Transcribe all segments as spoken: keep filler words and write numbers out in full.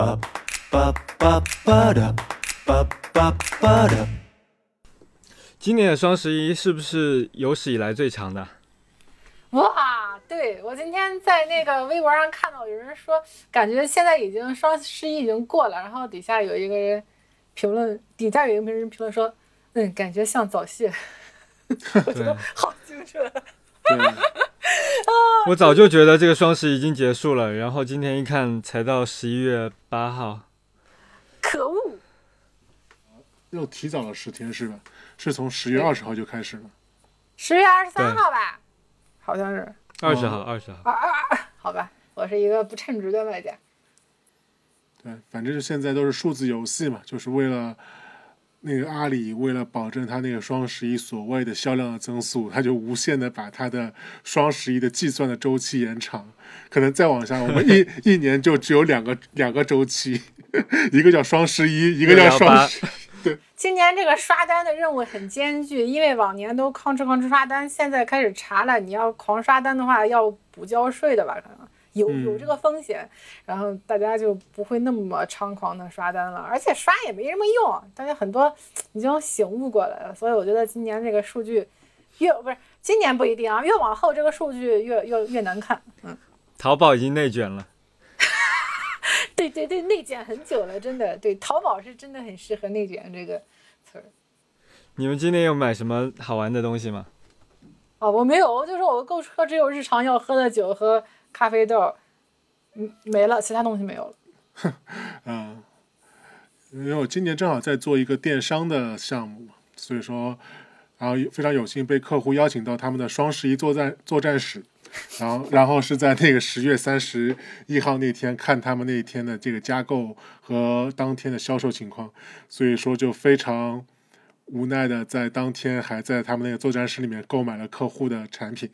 今年的双十一是不是有史以来最长的？ 哇，对，我今天在那个微博上看到有人说，感觉现在已经双十一已经过了，然后底下有一个人评论，底下有一个人评论说，嗯，感觉像早泄。我觉得好精准。 我早就觉得这个双十一已经结束了，然后今天一看才到十一月八号。 可恶！ 又提早了十天是吧？是从十月二十号就开始了。 十月二十三号吧，好像是。 二十号，二十号。 啊啊啊！好吧，我是一个不称职的卖家。 对，反正现在都是数字游戏嘛，就是为了那个阿里为了保证它那个双十一所谓的销量的增速，它就无限的把它的双十一的计算的周期延长，可能再往下，我们一一年就只有两个两个周期，一个叫双十一，一个叫双十。对， 今年这个刷单的任务很艰巨，因为往年都吭哧吭哧刷单，现在开始查了，你要狂刷单的话要补交税的吧？可能有有这个风险，然后大家就不会那么猖狂的刷单了，而且刷也没什么用，大家很多已经醒悟过来了，所以我觉得今年这个数据越不是今年不一定啊，越往后这个数据越越越难看。嗯， 淘宝已经内卷了。 对对对，内卷很久了，真的。对，淘宝是真的很适合内卷这个词儿。 你们今年有买什么好玩的东西吗？ 哦，我没有，就是我的购物车只有日常要喝的酒和咖啡豆，嗯，没了，其他东西没有了。 嗯，因为我今年正好在做一个电商的项目，所以说，然后非常有幸被客户邀请到他们的双十一作战作战室。然后，然后是在那个十月三十一号那天看他们那一天的这个加购和当天的销售情况，所以说就非常无奈的在当天还在他们那个作战室里面购买了客户的产品。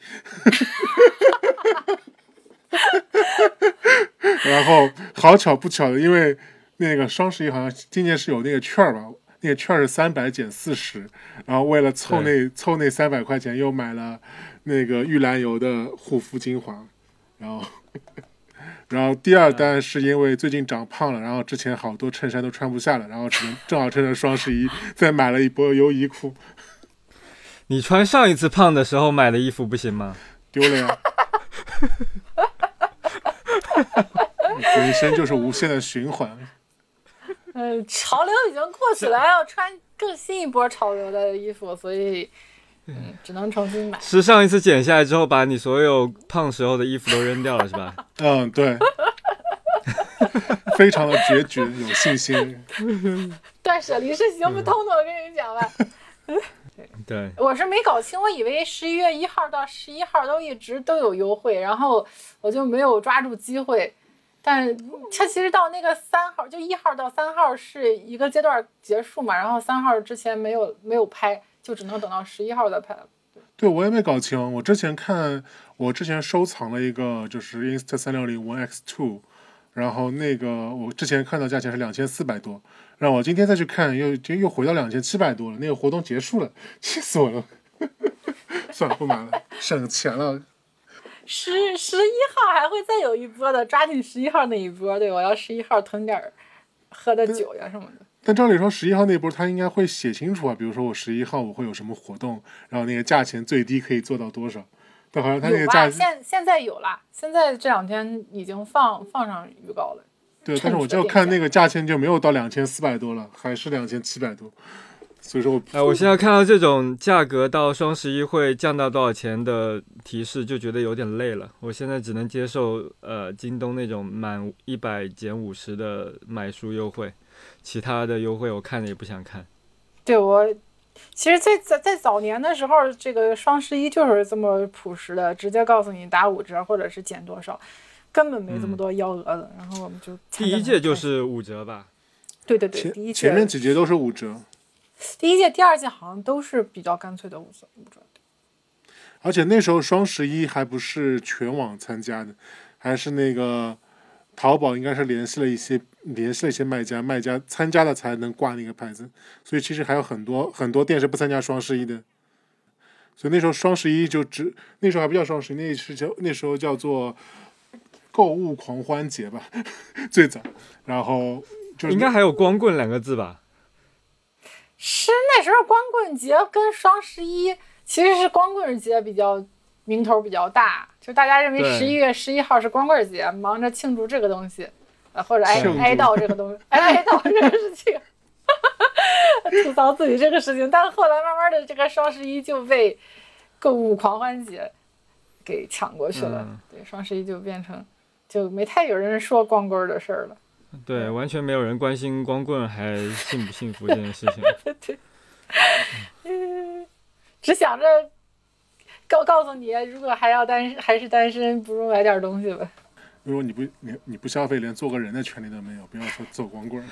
然后好巧不巧的，因为那个双十一好像今年是有那个券吧，那个券是三百减四十，然后为了凑那凑那三百块钱，又买了那个玉兰油的护肤精华，然后，然后第二单是因为最近长胖了，然后之前好多衬衫都穿不下了，然后只能正好趁着双十一再买了一波优衣库。 你穿上一次胖的时候买的衣服不行吗？ 丢了呀。人生就是无限的循环。 嗯，潮流已经过去了，要穿更新一波潮流的衣服，所以嗯，只能重新买。 是上一次减下来之后，把你所有胖时候的衣服都扔掉了，是吧？ 嗯，对。非常的决绝，有信心。 断舍离是行不通的，我跟你讲吧。 对对， 我是没搞清，我以为十一月一号到十一号都一直都有优惠，然后我就没有抓住机会。但它其实到那个三号，就一号到三号是一个阶段结束嘛，然后三号之前没有没有拍，就只能等到十一号再拍了。 对，我也没搞清。我之前看，我之前收藏了一个就是 Insta 三六零 One X Two， 然后那个我之前看到价钱是两千四百多，让我今天再去看，又又回到两千七百多了。那个活动结束了，气死我了。算了，不买了，省钱了。 十十一号还会再有一波的，抓紧十一号那一波。对，我要十一号囤点喝的酒呀什么的。 但照理说十一号那波他应该会写清楚啊，比如说我十一号我会有什么活动，然后那个价钱最低可以做到多少。但好像他那个价现现在有了，现在这两天已经放放上预告了。 对，但是我就看那个价钱就没有到两千四百多了，还是两千七百多。所以说我， 哎，我现在看到这种价格到双十一会降到多少钱的提示，就觉得有点累了。我现在只能接受呃京东那种满一百减五十的买书优惠，其他的优惠我看了也不想看。 对，我其实在在在早年的时候，这个双十一就是这么朴实的，直接告诉你打五折或者是减多少，根本没这么多幺蛾子。嗯、然后我们就第一届就是五折吧？ 对对对，第一届前面几届都是五折。 第一届、第二届好像都是比较干脆的五折。 而且那时候双十一还不是全网参加的，还是那个淘宝应该是联系了一些联系了一些卖家，卖家参加了才能挂那个牌子。所以其实还有很多很多店是不参加双十一的。所以那时候双十一就只那时候还不叫双十一，那是叫那时候叫做购物狂欢节吧，最早，然后就是应该还有光棍两个字吧？ 是那时候光棍节跟双十一其实是光棍节比较名头比较大，就大家认为十一月十一号是光棍节，忙着庆祝这个东西，呃或者哀哀悼这个东西，哀哀悼这个事情，吐槽自己这个事情。但后来慢慢的，这个双十一就被购物狂欢节给抢过去了，嗯、对，双十一就变成就没太有人说光棍的事儿了。 对，完全没有人关心光棍还幸不幸福这件事情。 对，嗯，只想着告告诉你，如果还要单还是单身，不如买点东西吧。 如果你不你你不消费，连做个人的权利都没有，不要说做光棍。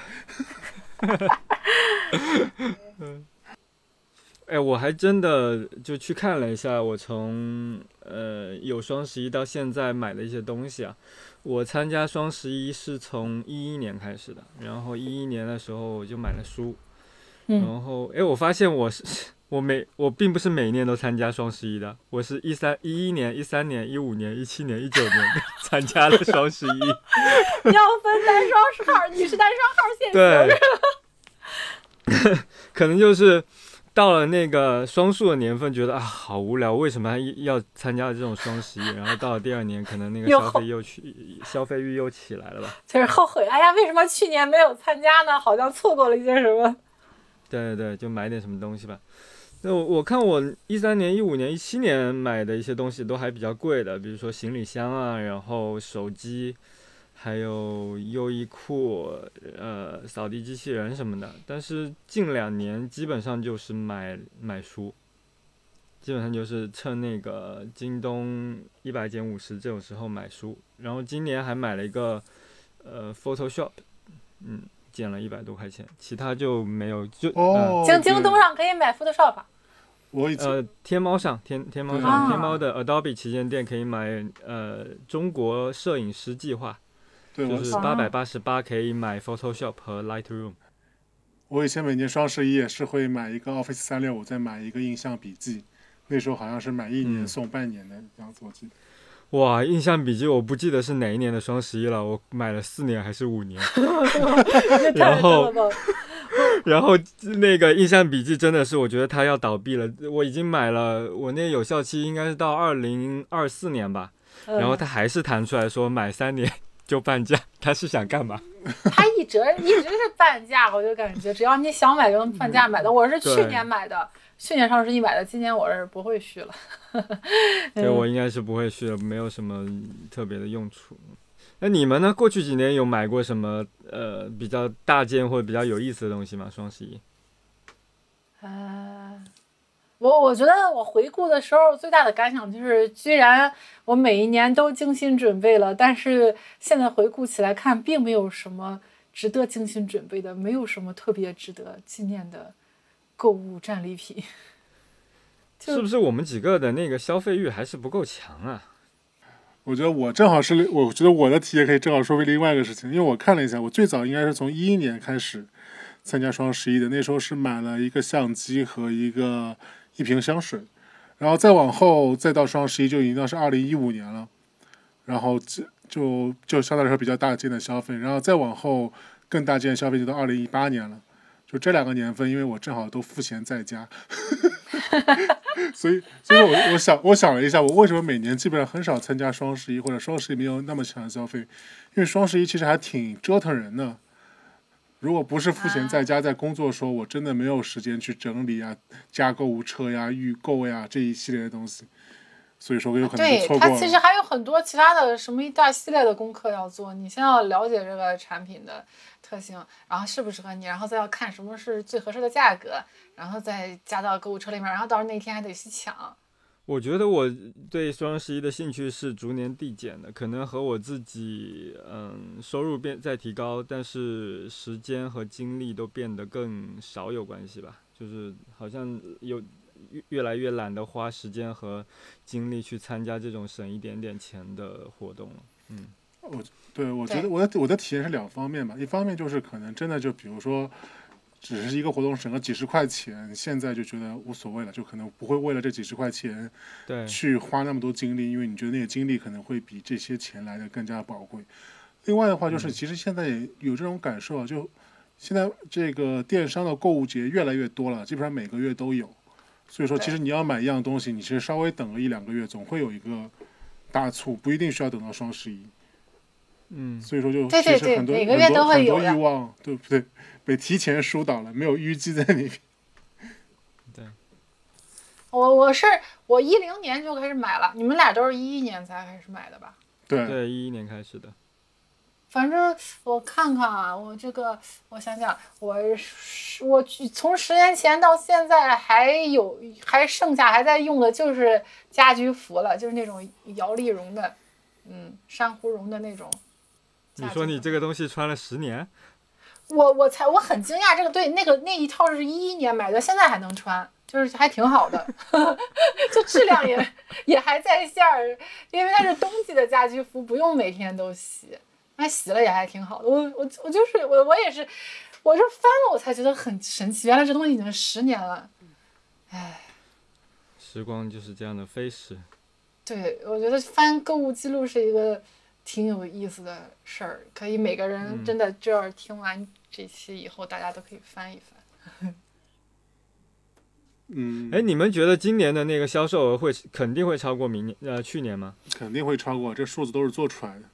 哎，我还真的就去看了一下，我从呃有双十一到现在买的一些东西啊。我参加双十一是从一一年开始的，然后一一年的时候我就买了书， 嗯、 然后哎，我发现我是我每我并不是每年都参加双十一的，我是一三一一年、一三年、一五年、一七年、一九年参加了双十一。 要分单双号，你是单双号限行。对，可能就是到了那个双数的年份，觉得啊好无聊，为什么还要参加这种双十一？然后到了第二年，可能那个消费又去消费欲又起来了吧？ 就是后悔，哎呀，为什么去年没有参加呢？好像错过了一些什么。 对对对，就买点什么东西吧。那我我看我一三年、一五年、一七年买的一些东西都还比较贵的，比如说行李箱啊，然后手机。还有优衣库、呃扫地机器人什么的，但是近两年基本上就是买买书，基本上就是趁那个京东一百减五十这种时候买书，然后今年还买了一个呃 Photoshop， 嗯，减了一百多块钱，其他就没有就哦， 京、呃、京东上可以买 Photoshop。 我以前呃，天猫上天天猫上天猫的 Adobe 旗舰店可以买呃中国摄影师计划。就是八百八十八可以买 Photoshop 和 Lightroom。 我以前每年双十一也是会买一个 Office 三六五，再买一个印象笔记，那时候好像是买一年送半年的样子，我记得。 哇，印象笔记我不记得是哪一年的双十一了，我买了四年还是五年。然后，然后那个印象笔记真的是，我觉得它要倒闭了。我已经买了，我那有效期应该是到二零二四年吧，然后它还是弹出来说买三年。就半价，他是想干嘛？ 他一直一直是半价，我就感觉只要你想买就能半价买的。我是去年买的，去年双十一买的，今年我是不会续了。 对，我应该是不会续了，没有什么特别的用处。那你们呢？过去几年有买过什么呃比较大件或者比较有意思的东西吗？双十一？ 啊、呃。我我觉得我回顾的时候最大的感想就是，居然我每一年都精心准备了，但是现在回顾起来看，并没有什么值得精心准备的，没有什么特别值得纪念的购物战利品。 是不是我们几个的那个消费欲还是不够强啊？ 我觉得我正好是，我觉得我的体验可以正好说明另外一个事情，因为我看了一下，我最早应该是从一一年开始参加双十一的，那时候是买了一个相机和一个。一瓶香水，然后再往后再到双十一就已经到是二零一五年了，然后就就就相对来说比较大件的消费，然后再往后更大件的消费就到二零一八年了，就这两个年份，因为我正好都赋闲在家，所以所以我我想我想了一下，我为什么每年基本上很少参加双十一，或者双十一没有那么强的消费，因为双十一其实还挺折腾人的。如果不是赋闲在家在工作的时候，我真的没有时间去整理啊、加购物车呀、预购呀这一系列的东西，所以说有可能就错过了。 对，它其实还有很多其他的什么一大系列的功课要做，你先要了解这个产品的特性，然后适不适合你，然后再要看什么是最合适的价格，然后再加到购物车里面，然后到时候那天还得去抢。 我觉得我对双十一的兴趣是逐年递减的，可能和我自己嗯收入变在提高，但是时间和精力都变得更少有关系吧。就是好像有越来越懒得花时间和精力去参加这种省一点点钱的活动了。嗯， 我对我觉得我的我的体验是两方面吧，一方面就是可能真的就比如说。 只是一个活动省个几十块钱，现在就觉得无所谓了，就可能不会为了这几十块钱对， 去花那么多精力，因为你觉得那个精力可能会比这些钱来的更加宝贵。另外的话，就是其实现在也有这种感受啊，就现在这个电商的购物节越来越多了，基本上每个月都有。所以说，其实你要买一样东西，你其实稍微等个一两个月，总会有一个大促，不一定需要等到双十一。 嗯， 所以说就对对对其实很多每个月都会有的很多欲望，对不对？被提前疏导了，没有淤积在里面。 对， 我我是我一零年就开始买了，你们俩都是一一年才开始买的吧？ 对， 对，一一年开始的。 反正我看看啊，我这个我想想，我我从十年前到现在还有还剩下还在用的就是家居服了，就是那种摇粒绒的，嗯，珊瑚绒的那种。 你说你这个东西穿了十年？ 我我才我很惊讶，这个对那个那一套是一一年买的，现在还能穿，就是还挺好的，就质量也也还在线儿，因为它是冬季的家居服，不用每天都洗，那洗了也还挺好的。我我我就是我我也是，我是翻了我才觉得很神奇，原来这东西已经十年了，唉， 时光就是这样的飞逝。 对，我觉得翻购物记录是一个挺有意思的事儿，可以每个人真的这儿听完这期以后，大家都可以翻一翻。 嗯， 哎，你们觉得今年的那个销售额会肯定会超过明年呃去年吗？ 肯定会超过，这数字都是做出来的。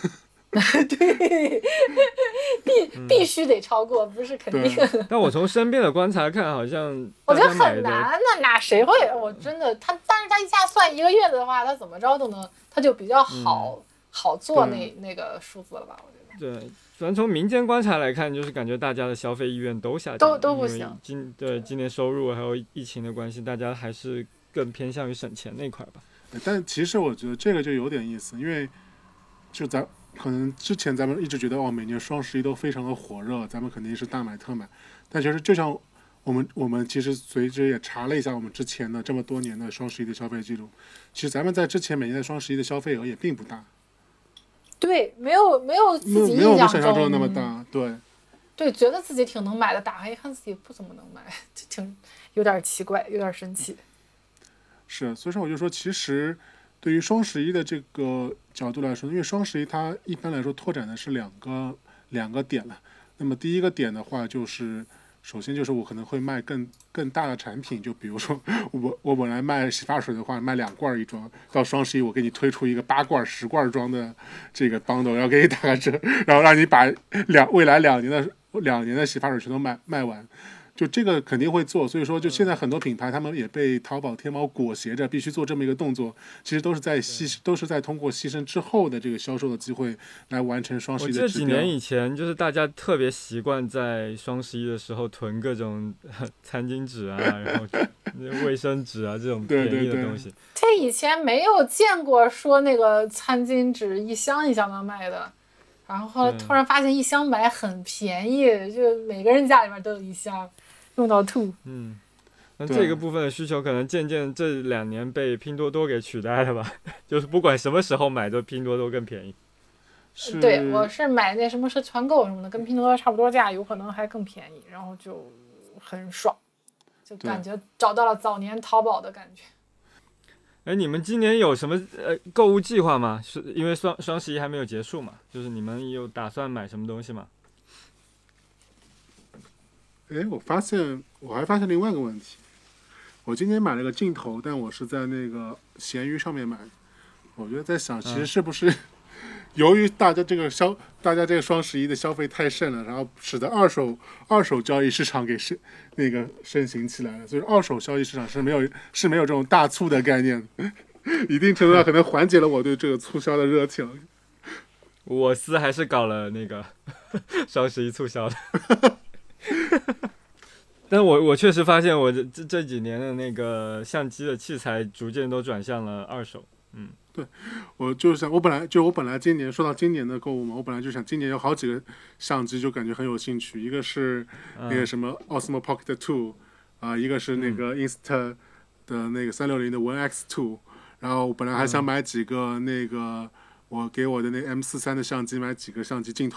对，必必须得超过，不是肯定。 但我从身边的观察看，好像我觉得大家买的很难的，哪谁会？我真的他，但是他一下算一个月的话，他怎么着都能，他就比较好、 嗯、 好做那那个数字了吧？我觉得。 对，反正从民间观察来看，就是感觉大家的消费意愿都下降， 都都不行。 因为今对今年收入还有疫情的关系，大家还是更偏向于省钱那块吧。 但其实我觉得这个就有点意思，因为就咱可能之前咱们一直觉得哦，每年双十一都非常的火热，咱们肯定是大买特买。但其实就像我们我们其实随之也查了一下我们之前的这么多年的双十一的消费记录，其实咱们在之前每年的双十一的消费额也并不大。 对，没有没有自己没有我们印象中想象中的那么大，对。 对，觉得自己挺能买的，打开一看自己不怎么能买，就挺有点奇怪，有点神奇。 是，所以说我就说，其实对于双十一的这个角度来说，因为双十一它一般来说拓展的是两个两个点了。那么第一个点的话，就是首先就是我可能会卖更更大的产品，就比如说我我本来卖洗发水的话，卖两罐一装，到双十一我给你推出一个八罐十罐装的这个 bundle， 然后给你打个折，然后让你把两未来两年的两年的洗发水全都卖卖完。就这个肯定会做，所以说就现在很多品牌他们也被淘宝天猫裹挟着必须做这么一个动作，其实都是在牺都是在通过牺牲之后的这个销售的机会来完成双十一的指标。 我这几年以前就是大家特别习惯在双十一的时候囤各种餐巾纸啊，然后卫生纸啊这种便宜的东西。 他以前没有见过说那个餐巾纸一箱一箱的卖的。然后突然发现一箱买很便宜，就每个人家里面都有一箱，用到吐。 嗯，那这个部分的需求可能渐渐这两年被拼多多给取代了吧？就是不管什么时候买，都拼多多更便宜。 对，我是买那什么是团购什么的，跟拼多多差不多价，有可能还更便宜，然后就很爽，就感觉找到了早年淘宝的感觉。 哎，你们今年有什么呃购物计划吗？是因为双双十一还没有结束嘛？就是你们有打算买什么东西吗？ 哎，我发现我还发现另外一个问题，我今天买了个镜头，但我是在那个闲鱼上面买的。我觉得在想，其实是不是、嗯、由于大家这个消，大家这个双十一的消费太盛了，然后使得二手二手交易市场给盛那个盛行起来了，所以二手交易市场是没有是没有这种大促的概念的，一定程度上可能缓解了我对这个促销的热情。 我司还是搞了那个双十一促销的。但我我确实发现我这这几年的那个相机的器材逐渐都转向了二手。嗯， 对，我就想我本来就我本来今年说到今年的购物嘛，我本来就想今年有好几个相机就感觉很有兴趣，一个是那个什么 Osmo Pocket Two 啊、呃，一个是那个 Insta 的那个三六零的 One X Two， 然后我本来还想买几个那个我给我的那 M 四三 的相机买几个相机镜头。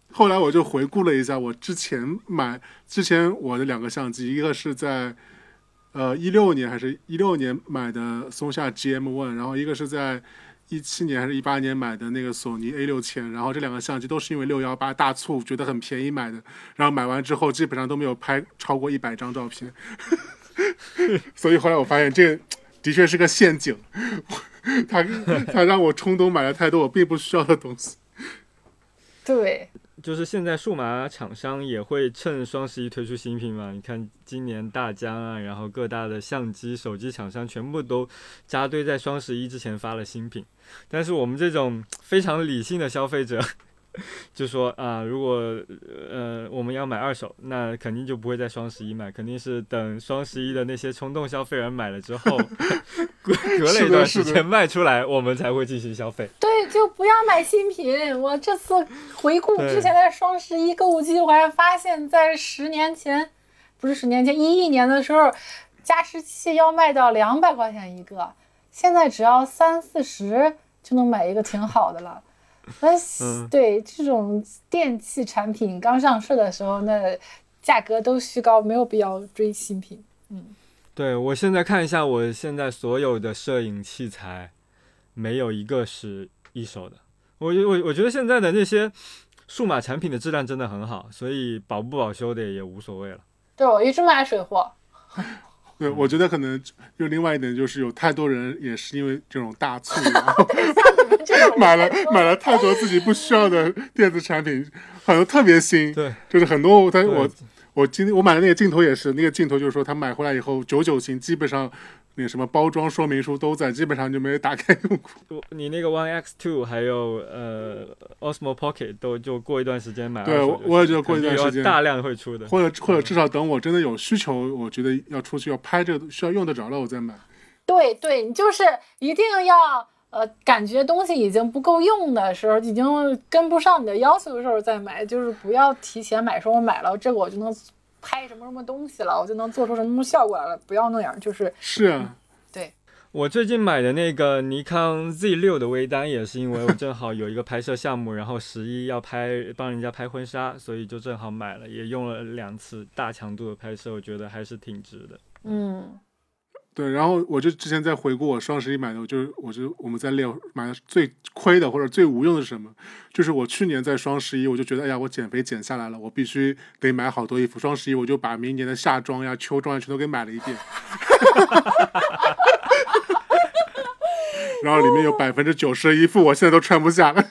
后来我就回顾了一下我之前买之前我的两个相机，一个是在呃一六年还是一六年买的松下 G M 一， 然后一个是在一七年还是一八年买的那个索尼 A 六千，然后这两个相机都是因为六一八大促觉得很便宜买的，然后买完之后基本上都没有拍超过一百张照片，所以后来我发现这的确是个陷阱，他他让我冲动买了太多我并不需要的东西。 对， 就是现在数码厂商也会趁双十一推出新品嘛？你看今年大疆啊，然后各大的相机、手机厂商全部都扎堆在双十一之前发了新品。但是我们这种非常理性的消费者，就说啊，如果呃我们要买二手，那肯定就不会在双十一买，肯定是等双十一的那些冲动消费人买了之后，隔隔了一段时间卖出来，我们才会继续消费。 对，就不要买新品。我这次回顾之前的双十一购物记录，还发现，在十年前，不是十年前，一一年的时候，加湿器要卖到两百块钱一个，现在只要三四十就能买一个挺好的了。那、嗯、对这种电器产品刚上市的时候，那价格都虚高，没有必要追新品。嗯， 对，我现在看一下，我现在所有的摄影器材，没有一个是一手的。我我我觉得现在的那些数码产品的质量真的很好，所以保不保修的也无所谓了。 对，我一直买水货。 对，我觉得可能就另外一点就是有太多人也是因为这种大促，然后买了买了太多自己不需要的电子产品，好像特别新。 对， 就是很多，但我我今天我买的那个镜头也是，那个镜头就是说他买回来以后九九型基本上那个什么包装说明书都在，基本上就没打开用过。 你那个 One X 二 还有呃 Osmo Pocket 都就过一段时间买， 对，我也觉得过一段时间大量会出的， 或者或者至少等我真的有需求，我觉得要出去要拍这个需要用得着了我再买。 对对，你就是一定要呃感觉东西已经不够用的时候，已经跟不上你的要求的时候再买，就是不要提前买，说我买了这个我就能拍什么什么东西了，我就能做出什么什么效果来了，不要那样，就是是啊、嗯， 对。 我最近买的那个尼康 Z 六 的微单也是因为我正好有一个拍摄项目，然后十一要拍帮人家拍婚纱，所以就正好买了，也用了两次大强度的拍摄，我觉得还是挺值的。 嗯， 对，然后我就之前在回顾我双十一买的，我就我就我们在列买的最亏的或者最无用的是什么，就是我去年在双十一我就觉得哎呀我减肥减下来了，我必须得买好多衣服，双十一我就把明年的夏装呀秋装呀全都给买了一遍。然后里面有百分之九十的衣服我现在都穿不下了。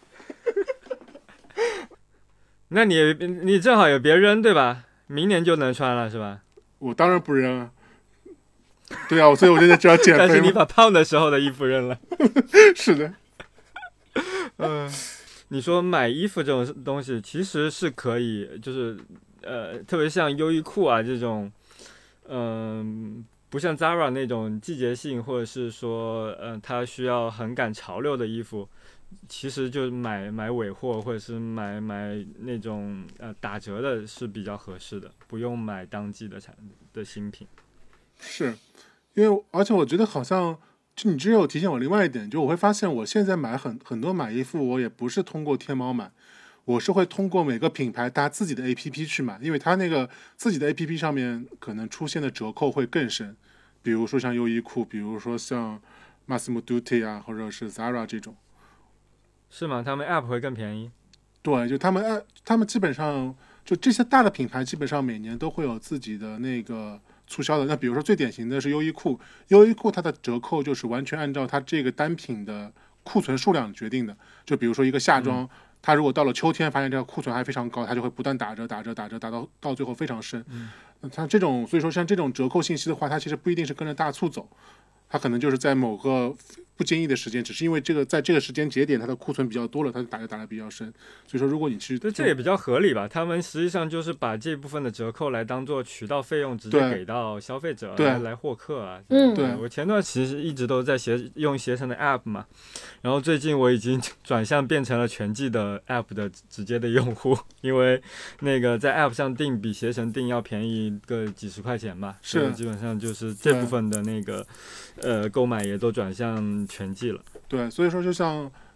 那你你正好也别扔对吧，明年就能穿了是吧？ 我当然不扔啊。对啊，所以我现在只要减肥。 但是你把胖的时候的衣服扔了。 是的。 嗯、呃，你说买衣服这种东西其实是可以，就是呃，特别像优衣库啊这种，嗯、呃。不像 Zara 那种季节性或者是说嗯、呃，它需要很赶潮流的衣服，其实就买买尾货或者是买买那种呃打折的是比较合适的，不用买当季的产的新品。 是因为而且我觉得好像就你只有提醒我另外一点，就我会发现我现在买很很多买衣服我也不是通过天猫买，我是会通过每个品牌它自己的 A P P 去买，因为它那个自己的 A P P 上面可能出现的折扣会更深，比如说像优衣库，比如说像 Massimo Dutti 啊，或者是 Zara 这种。 是吗？他们 App 会更便宜？ 对，就他们 App， 他们基本上就这些大的品牌基本上每年都会有自己的那个促销的。那比如说最典型的是优衣库，优衣库它的折扣就是完全按照它这个单品的库存数量决定的，就比如说一个夏装、嗯它如果到了秋天发现这个库存还非常高，它就会不断打折打折打折打到到最后非常深。 嗯， 它这种所以说像这种折扣信息的话，它其实不一定是跟着大促走，它可能就是在某个不经意的时间，只是因为这个在这个时间节点它的库存比较多了，它就打折打得比较深。所以说如果你去， 对，这也比较合理吧，他们实际上就是把这部分的折扣来当做渠道费用直接给到消费者来来获客啊。 嗯， 对， 我前段其实一直都在携用携程的 app 嘛，然后最近我已经转向变成了全季的 app 的直接的用户，因为那个在 app 上订比携程订要便宜个几十块钱吧， 是基本上就是这部分的那个呃购买也都转向全季了。 对，所以说就像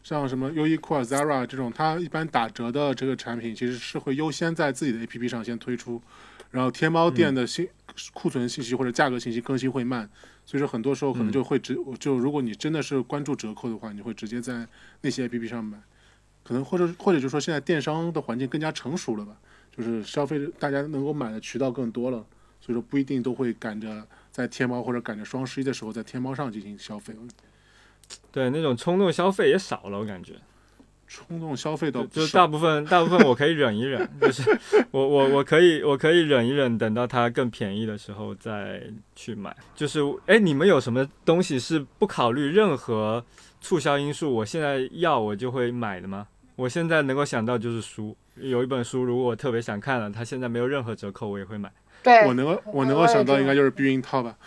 像什么优衣库啊、Zara 这种，它一般打折的这个产品，其实是会优先在自己的 A P P 上先推出，然后天猫店的信、嗯、库存信息或者价格信息更新会慢，所以说很多时候可能就会直、嗯、就如果你真的是关注折扣的话，你会直接在那些 A P P 上买，可能或者或者就说现在电商的环境更加成熟了吧，就是消费大家能够买的渠道更多了，所以说不一定都会赶着在天猫或者赶着双十一的时候在天猫上进行消费。 对，那种冲动消费也少了，我感觉。 冲动消费都就大部分大部分我可以忍一忍，就是我我我可以我可以忍一忍，等到它更便宜的时候再去买。就是哎，你们有什么东西是不考虑任何促销因素，我现在要我就会买的吗？我现在能够想到就是书，有一本书如果我特别想看了，它现在没有任何折扣，我也会买。 对， 我能够我能够想到应该就是避孕套吧。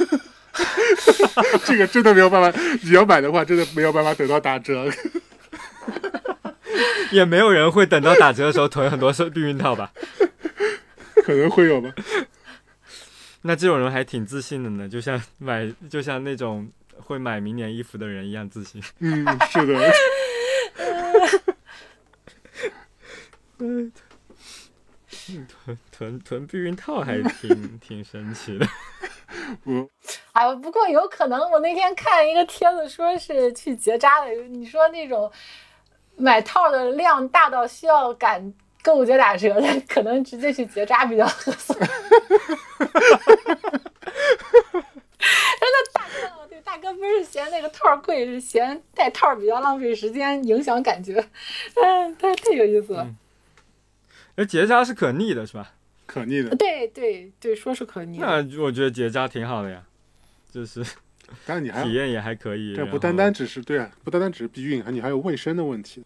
这个真的没有办法，你要买的话真的没有办法等到打折。 也没有人会等到打折的时候囤很多避孕套吧？ 可能会有吧。 那这种人还挺自信的呢，就像买就像那种会买明年衣服的人一样自信。 嗯，是的。 嗯，囤囤囤避孕套还挺挺神奇的。 我哎，不过有可能我那天看一个帖子说是去结扎的，你说那种买套的量大到需要赶购物节打折的，可能直接去结扎比较合算。真的大哥，对大哥不是嫌那个套贵，是嫌戴套比较浪费时间，影响感觉。嗯，太太有意思了。 哎、嗯，结扎是可逆的是吧？ 可逆的。 对对对，说是可逆的。 那我觉得结扎挺好的呀，就是。 但是你还体验也还可以， 这不单单只是对啊，不单单只是避孕，你还有卫生的问题。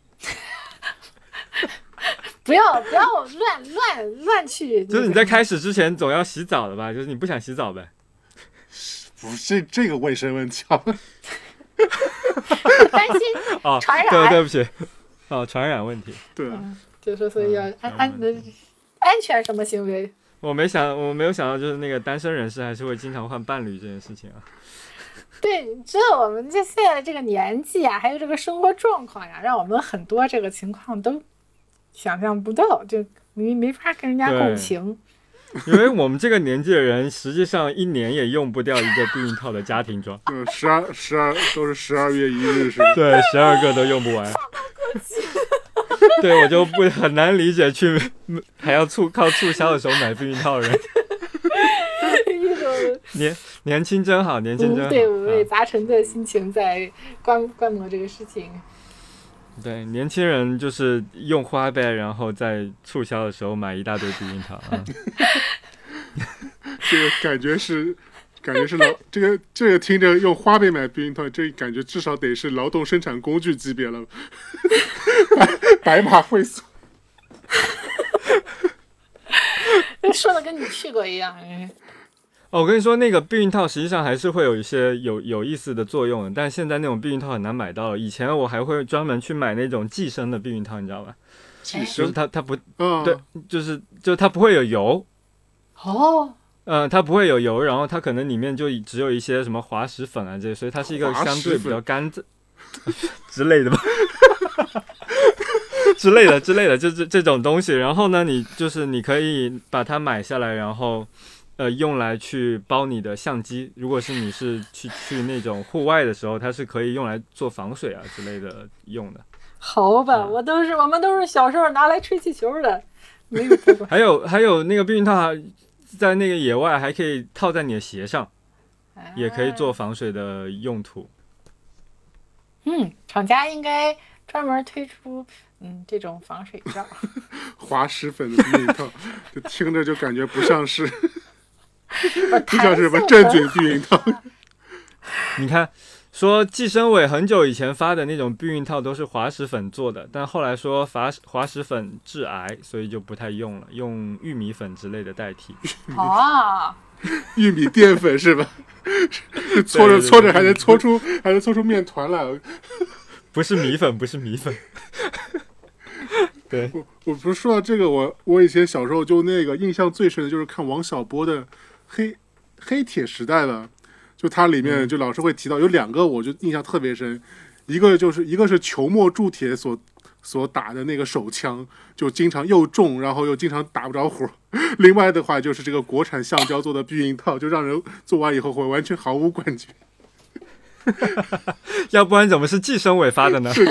不要不要乱乱乱去， 就是你在开始之前总要洗澡的吧？就是你不想洗澡呗？ 不是这个卫生问题啊。 担心传染、 哦，对，对不起，哦，传染问题。 对啊， 嗯、就是所以要安安的、嗯、安全什么行为。 我没想，我没有想到，就是那个单身人士还是会经常换伴侣这件事情啊。 对，知道我们这现在这个年纪啊，还有这个生活状况呀，让我们很多这个情况都想象不到，就没没法跟人家共情。 因为我们这个年纪的人，实际上一年也用不掉一个避孕套的家庭装。 嗯，十二十二都是十二月一日是吧？ 对，十二个都用不完。对，我就不很难理解去还要促靠促销的时候买避孕套的人。年年轻真好，年轻真好。 对，五味杂陈的心情在观观摩这个事情。 对，年轻人就是用花呗，然后在促销的时候买一大堆避孕套啊。 这个感觉是，感觉是劳这个这个听着用花呗买避孕套，这感觉至少得是劳动生产工具级别了，白马会所。 说的跟你去过一样。 哦，我跟你说，那个避孕套实际上还是会有一些有有意思的作用的，但现在那种避孕套很难买到了。以前我还会专门去买那种寄生的避孕套，你知道吧？ 寄生就是它它不、 哦、 对，就是就它不会有油。 哦。 嗯、呃，它不会有油，然后它可能里面就只有一些什么滑石粉啊这些，所以它是一个相对比较干净之类的吧。之类的之类的，就这这种东西。然后呢，你就是你可以把它买下来，然后。呃，用来去包你的相机，如果是你是去去那种户外的时候，它是可以用来做防水啊之类的用的。 好吧，嗯、我都是我们都是小时候拿来吹气球的，没有。 还有还有那个避孕套，在那个野外还可以套在你的鞋上，哎、也可以做防水的用途。 嗯，厂家应该专门推出嗯这种防水罩。 滑石粉的避孕套，就听着就感觉不像是。不像是什么正经避孕套。 你看，说计生委很久以前发的那种避孕套都是滑石粉做的，但后来说滑滑石粉致癌，所以就不太用了，用玉米粉之类的代替。 哦， 玉米淀粉是吧？搓着搓着还能搓出还能搓出面团来。 不是米粉，不是米粉。对， 我我不是说到这个，我我以前小时候就那个印象最深的就是看王小波的。黑黑铁时代了，就它里面就老是会提到有两个，我就印象特别深。 一个就是一个是球墨铸铁所所打的那个手枪，就经常又重，然后又经常打不着火。另外的话就是这个国产橡胶做的避孕套，就让人做完以后会完全毫无感觉。 要不然怎么是计生委发的呢？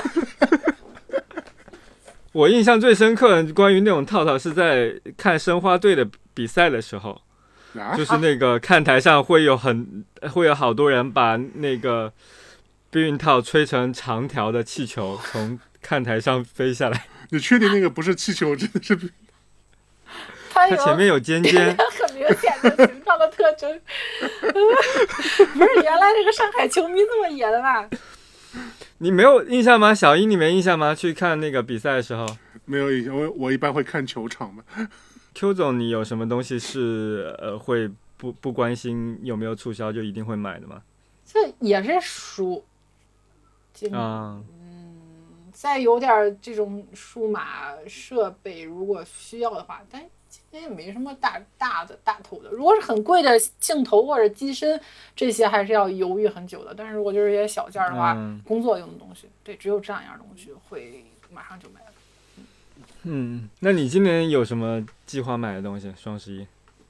我印象最深刻的关于那种套套是在看申花队的比赛的时候， 啊、 就是那个看台上会有很会有好多人把那个避孕套吹成长条的气球从看台上飞下来。 你确定那个不是气球，真的是？ 它它前面有尖尖， 很明显的形状的特征。不是，原来这个上海球迷这么野的吧？ 你没有印象吗？小一你没印象吗？去看那个比赛的时候没有印象，我我一般会看球场嘛。 Q 总，你有什么东西是呃会不不关心有没有促销就一定会买的吗？ 这也是书啊， 嗯，再有点这种数码设备，如果需要的话，但今年也没什么大大的大头的。如果是很贵的镜头或者机身，这些还是要犹豫很久的。但是如果就是一些小件的话， 嗯、 工作用的东西，对，只有这样一样东西会马上就买了。 嗯，那你今年有什么计划买的东西？双十一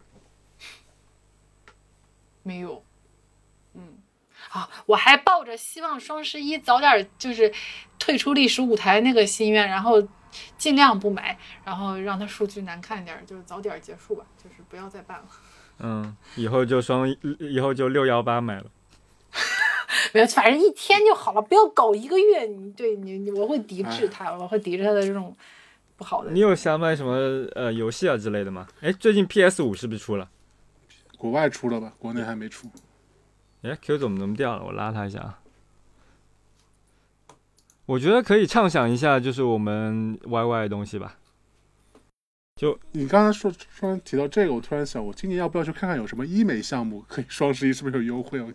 没有，嗯，啊，我还抱着希望双十一早点就是退出历史舞台那个心愿，然后尽量不买，然后让它数据难看点，就是早点结束吧，就是不要再办了。 嗯，以后就双，以后就六幺八买了。 没有，反正一天就好了，不要搞一个月。你对你，你我会抵制它，我会抵制它的这种不好的。 你有想买什么呃游戏啊之类的吗？哎，最近 P S 五 是不是出了？ 国外出了吧，国内还没出。 哎 ，Q 怎么怎么掉了？我拉他一下啊。我觉得可以畅想一下，就是我们 Y Y 的东西吧。就你刚才说突然提到这个，我突然想，我今年要不要去看看有什么医美项目可以双十一是不是有优惠？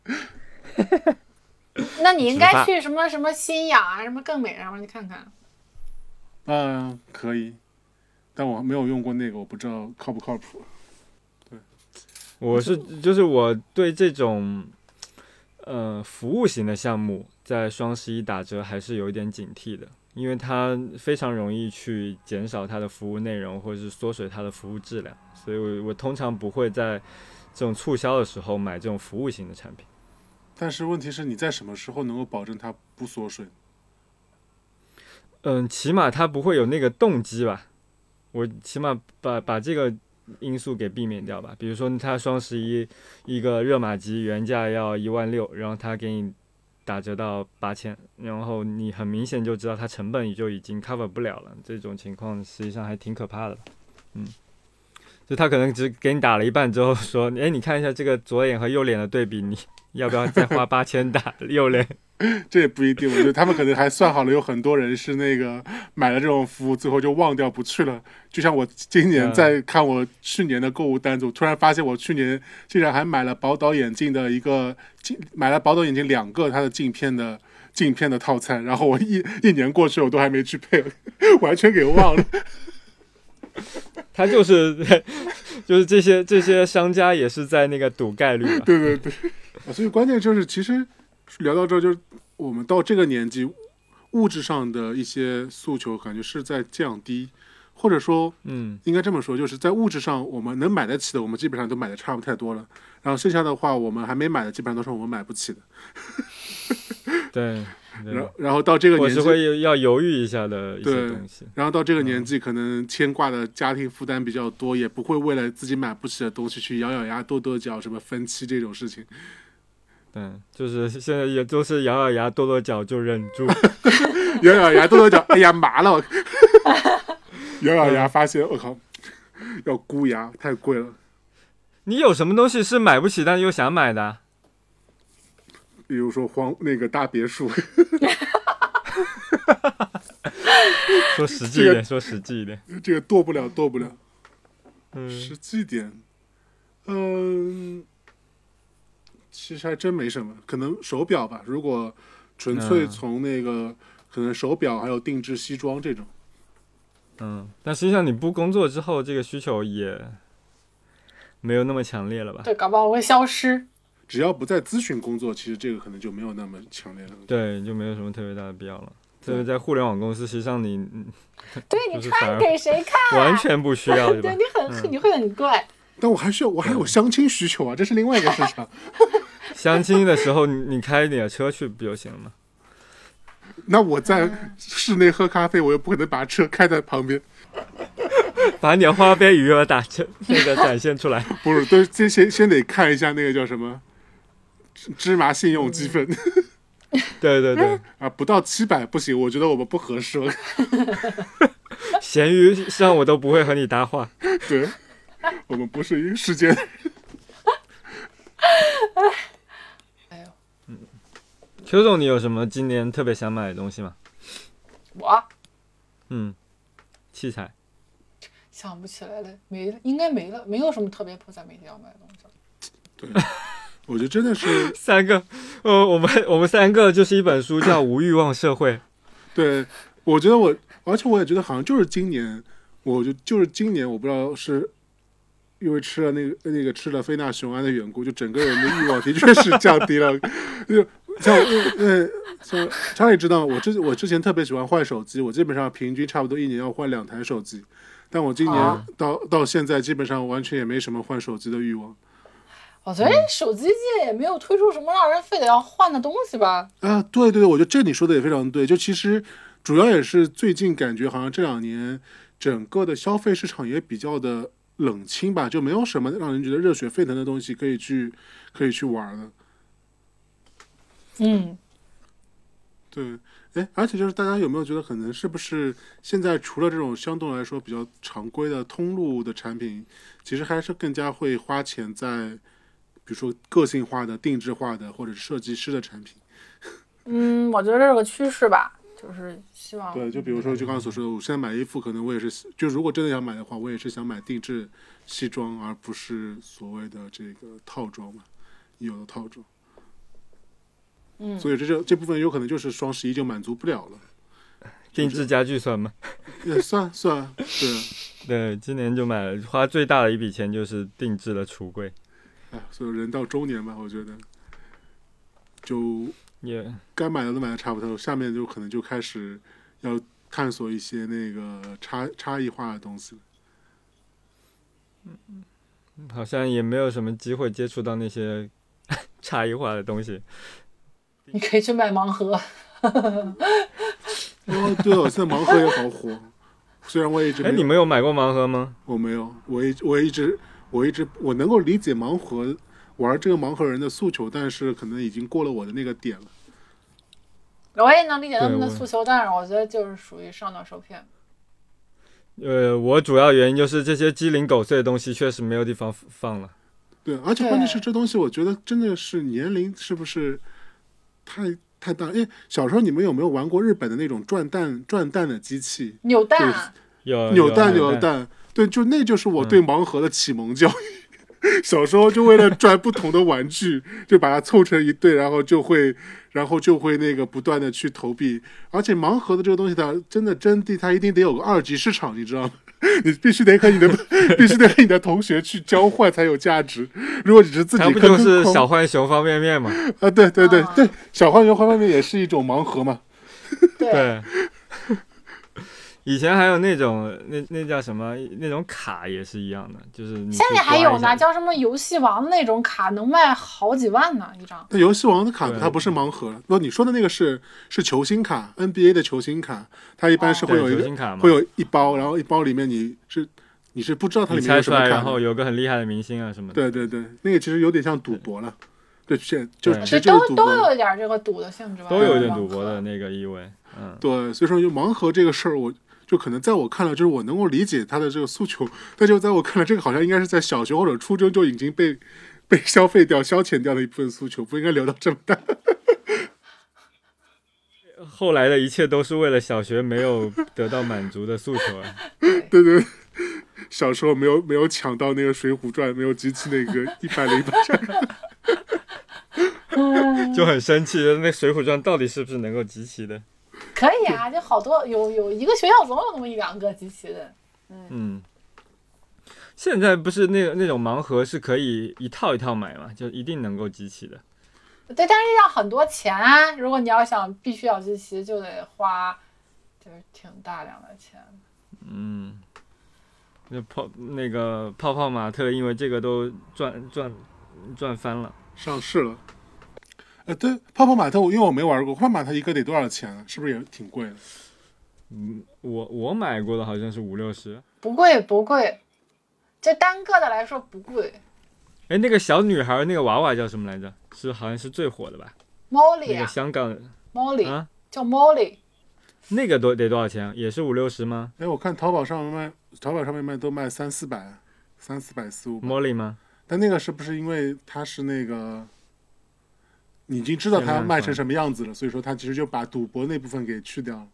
那你应该去什么什么新氧啊，什么更美上面去看看。 嗯、呃，可以，但我没有用过那个，我不知道靠不靠谱。对， 我是就是我对这种呃服务型的项目在双十一打折还是有一点警惕的，因为它非常容易去减少它的服务内容，或者是缩水它的服务质量，所以我我通常不会在这种促销的时候买这种服务型的产品。 但是问题是你在什么时候能够保证它不缩水？ 嗯，起码它不会有那个动机吧，我起码把把这个因素给避免掉吧。比如说它双十一一个热玛吉原价要一万六，然后它给你打折到八千，然后你很明显就知道它成本就已经 cover 不了了，这种情况实际上还挺可怕的。嗯，就他可能只给你打了一半之后说，哎，你看一下这个左脸和右脸的对比，你要不要再花八千打右脸？ 这也不一定，我觉得他们可能还算好了，有很多人是那个买了这种服务，最后就忘掉不去了。就像我今年在看我去年的购物单子，我突然发现我去年竟然还买了宝岛眼镜的一个，买了宝岛眼镜两个它的镜片的镜片的套餐，然后我一一年过去我都还没去配，完全给忘了。 他就是就是这些这些商家也是在那个赌概率吧。 对对对，所以关键就是其实聊到这儿，就是我们到这个年纪，物质上的一些诉求感觉是在降低，或者说，嗯，应该这么说，就是在物质上我们能买得起的，我们基本上都买的差不太多了，然后剩下的话，我们还没买的，基本上都是我们买不起的。 对。 然后，然后到这个年纪， 我是会要犹豫一下的一些东西。 然后到这个年纪，可能牵挂的家庭负担比较多，也不会为了自己买不起的东西去咬咬牙、跺跺脚，什么分期这种事情。 对，就是现在也都是咬咬牙、跺跺脚就忍住， 咬咬牙、跺跺脚，哎呀麻了，咬咬牙发现我靠，要箍牙太贵了。 你有什么东西是买不起但又想买的？ 比如说荒那个大别墅。 说实际一点、这个、说实际一点， 这个剁不了剁不了。 嗯， 实际点，嗯，其实还真没什么，可能手表吧。如果纯粹从那个、嗯、可能手表还有定制西装这种， 嗯，但实际上你不工作之后，这个需求也没有那么强烈了吧？ 对，搞不好会消失。 只要不在咨询工作，其实这个可能就没有那么强烈了。 对，就没有什么特别大的必要了。特别在互联网公司，实际上你对你穿给谁看、 啊？完全不需要， 对你很、嗯、你会很怪。 但我还需要，我还有相亲需求啊，这是另外一个市场。 相亲的时候，你开你的车去不就行了吗？ 那我在室内喝咖啡，我又不可能把车开在旁边， 把你的花边余额打成那个展现出来。 不是，都先先先得看一下那个叫什么芝麻信用积分。 对对对啊，不到七百不行，我觉得我们不合适。 闲鱼上我都不会和你搭话。 对，我们不是一个世界的人。 哎呦， 嗯，邱总，你有什么今年特别想买的东西吗？ 我， 嗯，器材想不起来了，没了，应该没了，没有什么特别迫在眉睫要买的东西了。 对。我觉得真的是三个，呃，我们我们三个就是一本书，叫《无欲望社会》。 对，我觉得我，而且我也觉得好像就是今年，我就就是今年，我不知道是因为吃了那个那个吃了非那雄胺的缘故，就整个人的欲望的确是降低了。就像呃，像查理知道，我之我之前特别喜欢换手机，我基本上平均差不多一年要换两台手机，但我今年到、啊、到现在基本上完全也没什么换手机的欲望。 我觉得手机界也没有推出什么让人非得要换的东西吧。 啊，对对对，我觉得这你说的也非常对。就其实主要也是最近感觉好像这两年整个的消费市场也比较的冷清吧，就没有什么让人觉得热血沸腾的东西可以去可以去玩的。 嗯， 对，哎，而且就是大家有没有觉得可能是不是现在除了这种相对来说比较常规的通路的产品，其实还是更加会花钱在比如说个性化的、定制化的，或者是设计师的产品。 嗯，我觉得这是个趋势吧，就是希望。 对，就比如说就刚刚所说的，我现在买衣服，可能我也是，就如果真的想买的话，我也是想买定制西装，而不是所谓的这个套装嘛，有的套装。 嗯。 所以这这这部分有可能就是双十一就满足不了了。 定制家具算吗？ 也算算，对。 对，今年就买了，花最大的一笔钱就是定制了橱柜。 哎，所以人到中年吧，我觉得就也该买的都买的差不多，下面就可能就开始要探索一些那个差差异化的东西。 嗯，好像也没有什么机会接触到那些差异化的东西。 你可以去买盲盒。 哦，对哦，现在盲盒也好火。虽然我也一直没有， 哎，你没有买过盲盒吗？ 我没有，我一我一直。我一直我能够理解盲盒玩这个盲盒人的诉求，但是可能已经过了我的那个点了。 我也能理解他们的诉求，但是我觉得就是属于上当受骗。 呃，我主要原因就是这些鸡零狗碎的东西确实没有地方放了。 对，而且关键是这东西，我觉得真的是年龄是不是太太大？因为小时候你们有没有玩过日本的那种转蛋转蛋的机器？ 扭蛋， 有扭蛋扭蛋。对，就那就是我对盲盒的启蒙教育。嗯、小时候就为了转不同的玩具，就把它凑成一对，然后就会，然后就会那个不断的去投币。而且盲盒的这个东西，它真的真谛，它一定得有个二级市场，你知道吗？你必须得和你的，必须得和你的同学去交换才有价值。如果只是自己， 它不就是小浣熊方便面吗？ 啊，对对对对，小浣熊方便面也是一种盲盒嘛。 对。以前还有那种那那叫什么那种卡也是一样的，就是你现在还有呢，叫什么游戏王的那种卡，能卖好几万呢一张。 那游戏王的卡它不是盲盒，不，你说的那个是是球星卡 ，N B A 的球星卡，它一般是会有一个、哦、会有一包，然后一包里面你是你是不知道它里面有什么卡， 然后有个很厉害的明星啊什么的。 对对对，那个其实有点像赌博了。对，现就其实都都有一点这个赌的性质吧， 都有一点赌博的那个意味。嗯， 对，所以说就盲盒这个事儿，我。就可能在我看来，就是我能够理解他的这个诉求，但就在我看来，这个好像应该是在小学或者初中就已经被被消费掉、消遣掉的一部分诉求，不应该留到这么大。 后来的一切都是为了小学没有得到满足的诉求啊！ 对对，小时候没有没有抢到那个《水浒传》，没有集齐那个一百零八张，就很生气。那《水浒传》到底是不是能够集齐的？ 可以啊，就好多有有一个学校总有那么一两个集齐的。嗯， 嗯现在不是那个那种盲盒是可以一套一套买嘛，就一定能够集齐的。 对，但是要很多钱啊！如果你要想必须要集齐，就得花，就是挺大量的钱。 嗯，那泡那个泡泡玛特因为这个都赚赚赚翻了， 上市了。呃，对，泡泡玛特，因为我没玩过，泡泡玛特一个得多少钱啊？是不是也挺贵的？ 嗯，我我买过的好像是五六十。 不贵不贵，这单个的来说不贵。 哎，那个小女孩那个娃娃叫什么来着？是好像是最火的吧？ Molly 那个啊香港 ，Molly 啊， 叫 Molly。 那个多得多少钱？也是五六十吗哎，我看淘宝上面卖，淘宝上面卖都卖三四百，三四百四五百。 ？Molly 吗？ 但那个是不是因为它是那个，你已经知道它卖成什么样子了，所以说它其实就把赌博那部分给去掉了。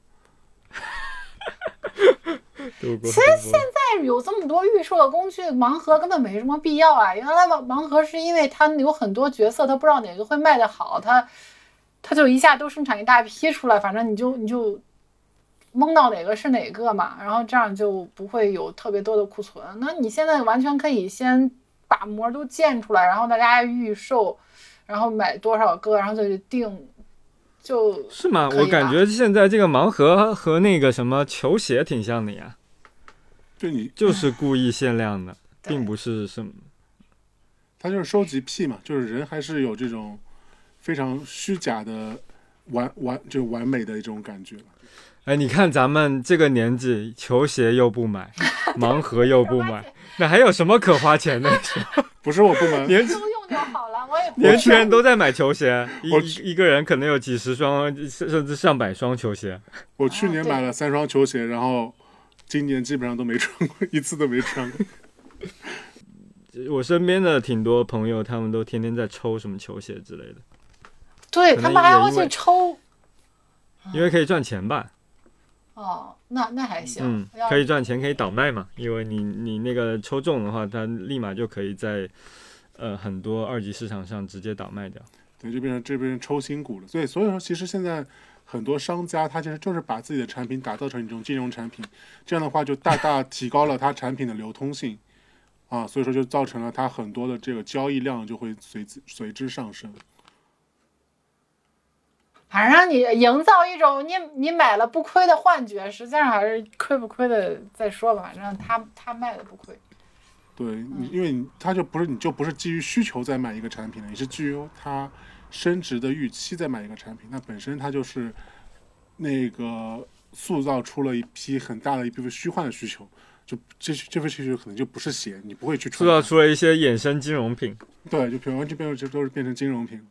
其实现在有这么多预售的工具，盲盒根本没什么必要啊。原来盲盲盒是因为它有很多角色，它不知道哪个会卖得好，它它就一下都生产一大批出来，反正你就你就蒙到哪个是哪个嘛，然后这样就不会有特别多的库存。那你现在完全可以先把膜都建出来，然后大家预售，然后买多少个，然后就定。 是吗？我感觉现在这个盲盒和那个什么球鞋挺像的呀， 就你就是故意限量的，并不是什么。 它就是收集癖嘛，就是人还是有这种非常虚假的完完就完美的一种感觉。 哎，你看咱们这个年纪，球鞋又不买，盲盒又不买，那还有什么可花钱的？ 不是我不买， 年轻用就好了。我也不年轻人都在买球鞋，一我一个人可能有几十双，甚至上百双球鞋。 我去年买了三双球鞋，然后今年基本上都没穿过，一次都没穿过。 我身边的挺多朋友，他们都天天在抽什么球鞋之类的。 对，他们还要去抽， 因为可以赚钱吧。 哦，那那还行， 嗯，可以赚钱，可以倒卖嘛。因为你你那个抽中的话，它立马就可以在呃很多二级市场上直接倒卖掉。 对，就变成这边抽新股了。所以所以说，其实现在很多商家他其实就是把自己的产品打造成一种金融产品，这样的话就大大提高了它产品的流通性啊，所以说就造成了它很多的这个交易量就会随随之上升。 反正你营造一种你你买了不亏的幻觉，实际上还是亏不亏的再说吧。反正他他卖的不亏。 对，你因为你他就不是你就不是基于需求在买一个产品了，你是基于它升值的预期在买一个产品，那本身它就是那个塑造出了一批很大的一部分虚幻的需求，就这这份需求可能就不是鞋，你不会去塑造出了一些衍生金融品。 对，就完全变成都是变成金融品。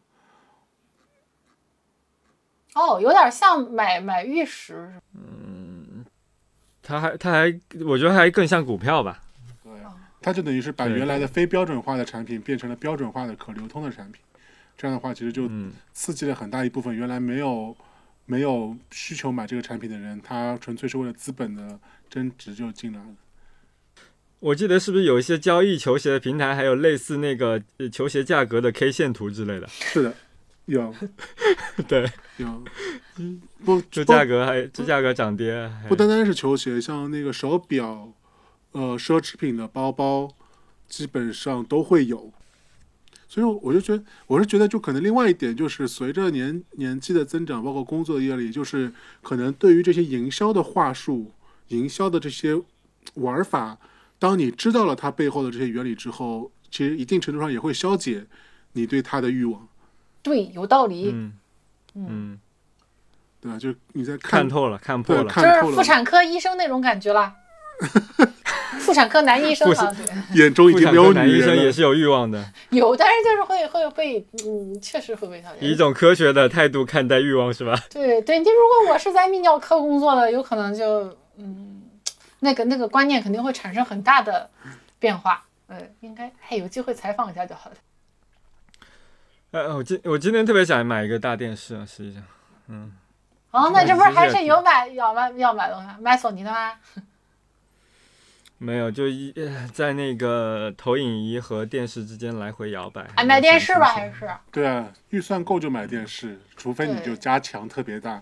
哦，有点像买买玉石。 嗯，它还它还，我觉得还更像股票吧。 对，它就等于是把原来的非标准化的产品变成了标准化的可流通的产品，这样的话其实就刺激了很大一部分原来没有没有需求买这个产品的人，他纯粹是为了资本的增值就进来了。 我记得是不是有一些交易球鞋的平台，还有类似那个球鞋价格的 K 线图之类的？ 是的。有， 对， 有，不， 这价格还这价格涨跌， 不单单是球鞋，像那个手表，呃，奢侈品的包包，基本上都会有。所以我就觉得，我是觉得，就可能另外一点就是，随着年年纪的增长，包括工作的阅历，就是可能对于这些营销的话术、营销的这些玩法，当你知道了它背后的这些原理之后，其实一定程度上也会消解你对它的欲望。 对，有道理。 嗯嗯， 对吧？就你在看, 看透了，看破了， 就是妇产科医生那种感觉啦。妇产科男医生啊， 眼中已经没有女人了。 男医生也是有欲望的， 有，但是就是会会被，嗯，确实会被消解。 以一种科学的态度看待欲望，是吧？ 对对，你如果我是在泌尿科工作的，有可能就，嗯，那个那个观念肯定会产生很大的变化。呃，应该还有机会采访一下就好了。 呃，我今我今天特别想买一个大电视啊，实际上，嗯。 哦，那这不是还是有买要买要买东西，买索尼的吗？ 没有，就一在那个投影仪和电视之间来回摇摆。 啊，买电视吧还是？ 对啊，预算够就买电视，除非你就加强特别大，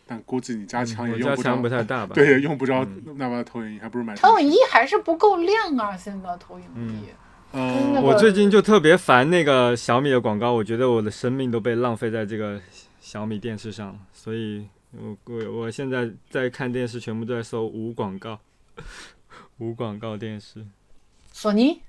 但估计你家墙也我用不着， 家墙不太大吧？ 对，也用不着嗯那么投影仪，还不如买投影仪还是不够亮啊！现在投影仪， 嗯， 那个我最近就特别烦那个小米的广告，我觉得我的生命都被浪费在这个小米电视上了，所以我我我现在在看电视，全部都在搜无广告，无广告电视。 索尼，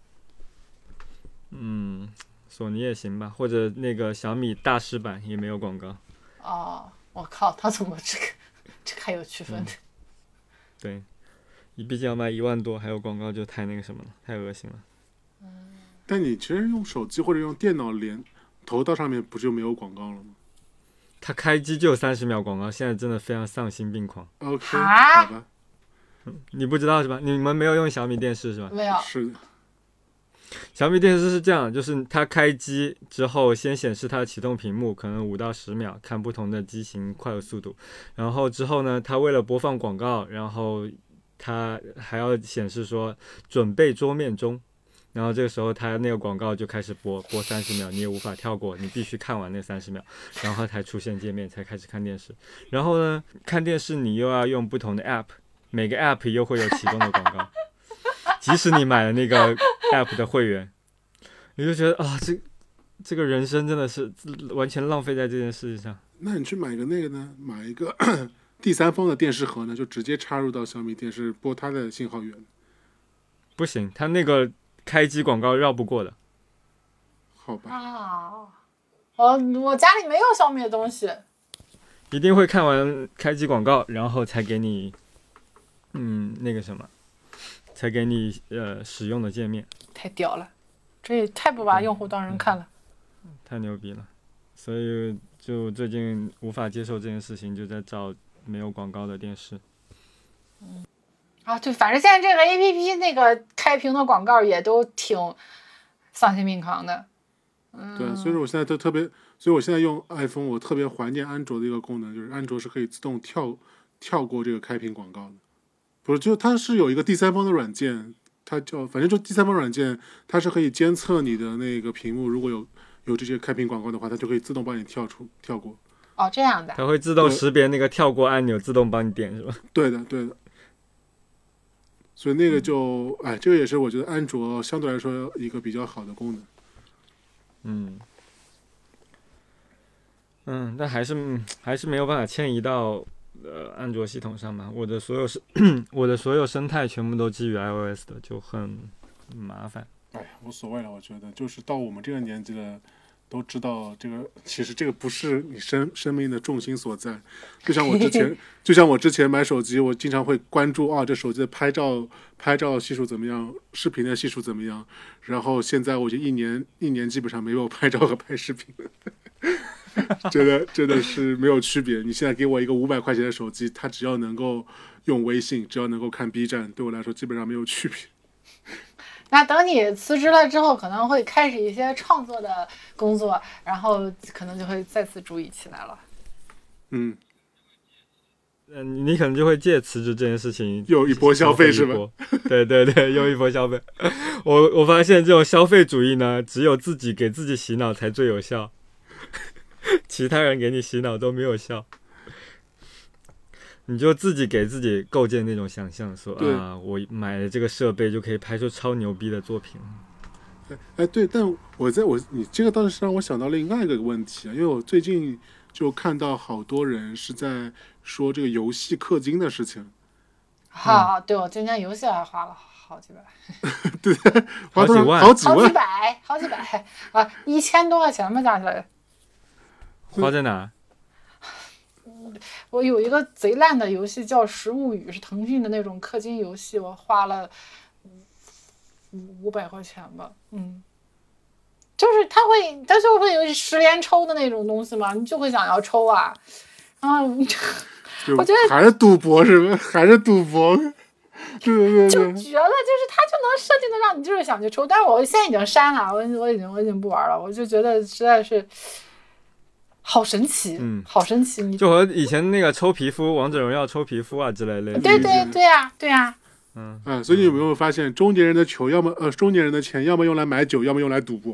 嗯，索尼也行吧，或者那个小米大师版也没有广告。 哦，我靠，他怎么这个这个还有区分的？ 嗯对，你毕竟要卖一万多，还有广告就太那个什么了，太恶心了。 但你其实用手机或者用电脑连投到上面，不就没有广告了吗它开机就三十秒广告，现在真的非常丧心病狂。 ？OK， 啊好吧， 你不知道是吧？你们没有用小米电视是吧？ 没有， 是的， 小米电视是这样，就是它开机之后先显示它的启动屏幕，可能五到十秒，看不同的机型快有速度。然后之后呢，它为了播放广告，然后它还要显示说准备桌面中。然后这个时候它那个广告就开始播，播三十秒，你也无法跳过，你必须看完那三十秒，然后它才出现界面，才开始看电视。然后呢，看电视你又要用不同的 app， 每个 app 又会有启动的广告，即使你买了那个 app 的会员，你就觉得啊，这这个人生真的是完全浪费在这件事情上。 那你去买个那个呢？买一个第三方的电视盒呢，就直接插入到小米电视播它的信号源。 不行，它那个开机广告绕不过的。 好吧， 啊，我我家里没有小米的东西。 一定会看完开机广告，然后才给你，嗯，那个什么，才给你呃使用的界面。 太屌了，这也太不把用户当人看了。 太牛逼了，所以就最近无法接受这件事情，就在找没有广告的电视。 啊，对，反正现在这个 A P P 那个开屏的广告也都挺丧心病狂的。嗯， 对，所以说我现在都特别，所以我现在用 iPhone， 我特别怀念安卓的一个功能，就是安卓是可以自动跳跳过这个开屏广告的。不是，就它是有一个第三方的软件，它叫反正就第三方软件，它是可以监测你的那个屏幕，如果有有这些开屏广告的话，它就可以自动帮你跳出跳过。 哦，这样的。 它会自动识别那个跳过按钮，自动帮你点是吧？ 对的，对的。所以那个就，哎，这个也是我觉得安卓相对来说一个比较好的功能。 嗯，嗯，但还是、嗯、还是没有办法迁移到呃安卓系统上嘛。我的所有生我的所有生态全部都基于 iOS 的，就很麻烦。 哎呀，无所谓了，我觉得就是到我们这个年纪了，都知道这个其实这个不是你生生命的重心所在。就像我之前，就像我之前买手机，我经常会关注啊，这手机的拍照拍照系数怎么样，视频的系数怎么样。然后现在我就一年一年基本上没有拍照和拍视频了，真的真的是没有区别。你现在给我一个五百块钱的手机，它只要能够用微信，只要能够看 B 站，对我来说基本上没有区别。 那等你辞职了之后，可能会开始一些创作的工作，然后可能就会再次注意起来了。 嗯， 嗯，你可能就会借辞职这件事情又一波消费是吧？ 对对对，又一波消费。我我发现这种消费主义呢，只有自己给自己洗脑才最有效，其他人给你洗脑都没有效。你就自己给自己构建那种想象，说啊，我买了这个设备就可以拍出超牛逼的作品。 哎哎，对，但我在我你这个倒是让我想到另外一个问题啊，因为我最近就看到好多人是在说这个游戏氪金的事情。 好、嗯，对，我今天游戏还花了好几百， 对， 好几万， 好几万， 好几百，好几百啊，一千多块钱吧，加起来。 花在哪？ 我有一个贼烂的游戏叫《食物语》，是腾讯的那种氪金游戏，我花了五五百块钱吧。嗯，就是它会，它就会有十连抽的那种东西嘛，你就会想要抽啊。啊，我觉得还是赌博是吧？还是赌博。对对对， 就绝了，就是它就能设定的让你就是想去抽，但是我现在已经删了，我我已经我已经不玩了，我就觉得实在是。好神奇， 嗯， 好神奇！你就和以前那个抽皮肤、王者荣耀抽皮肤啊之类类似。 对对对呀、啊，对呀、啊。 嗯啊，所以你有没有发现，中年人的球要么呃，中年人的钱要么用来买酒，要么用来赌博，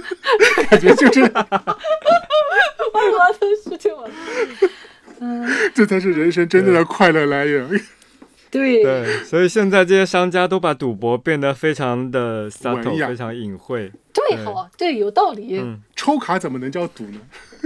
感觉就这样。 我的事情我。嗯， 这才是人生真正的快乐来源。 对对，所以现在这些商家都把赌博变得非常的 subtle， 非常隐晦。 对，好，对，有道理。 嗯， 抽卡怎么能叫赌呢？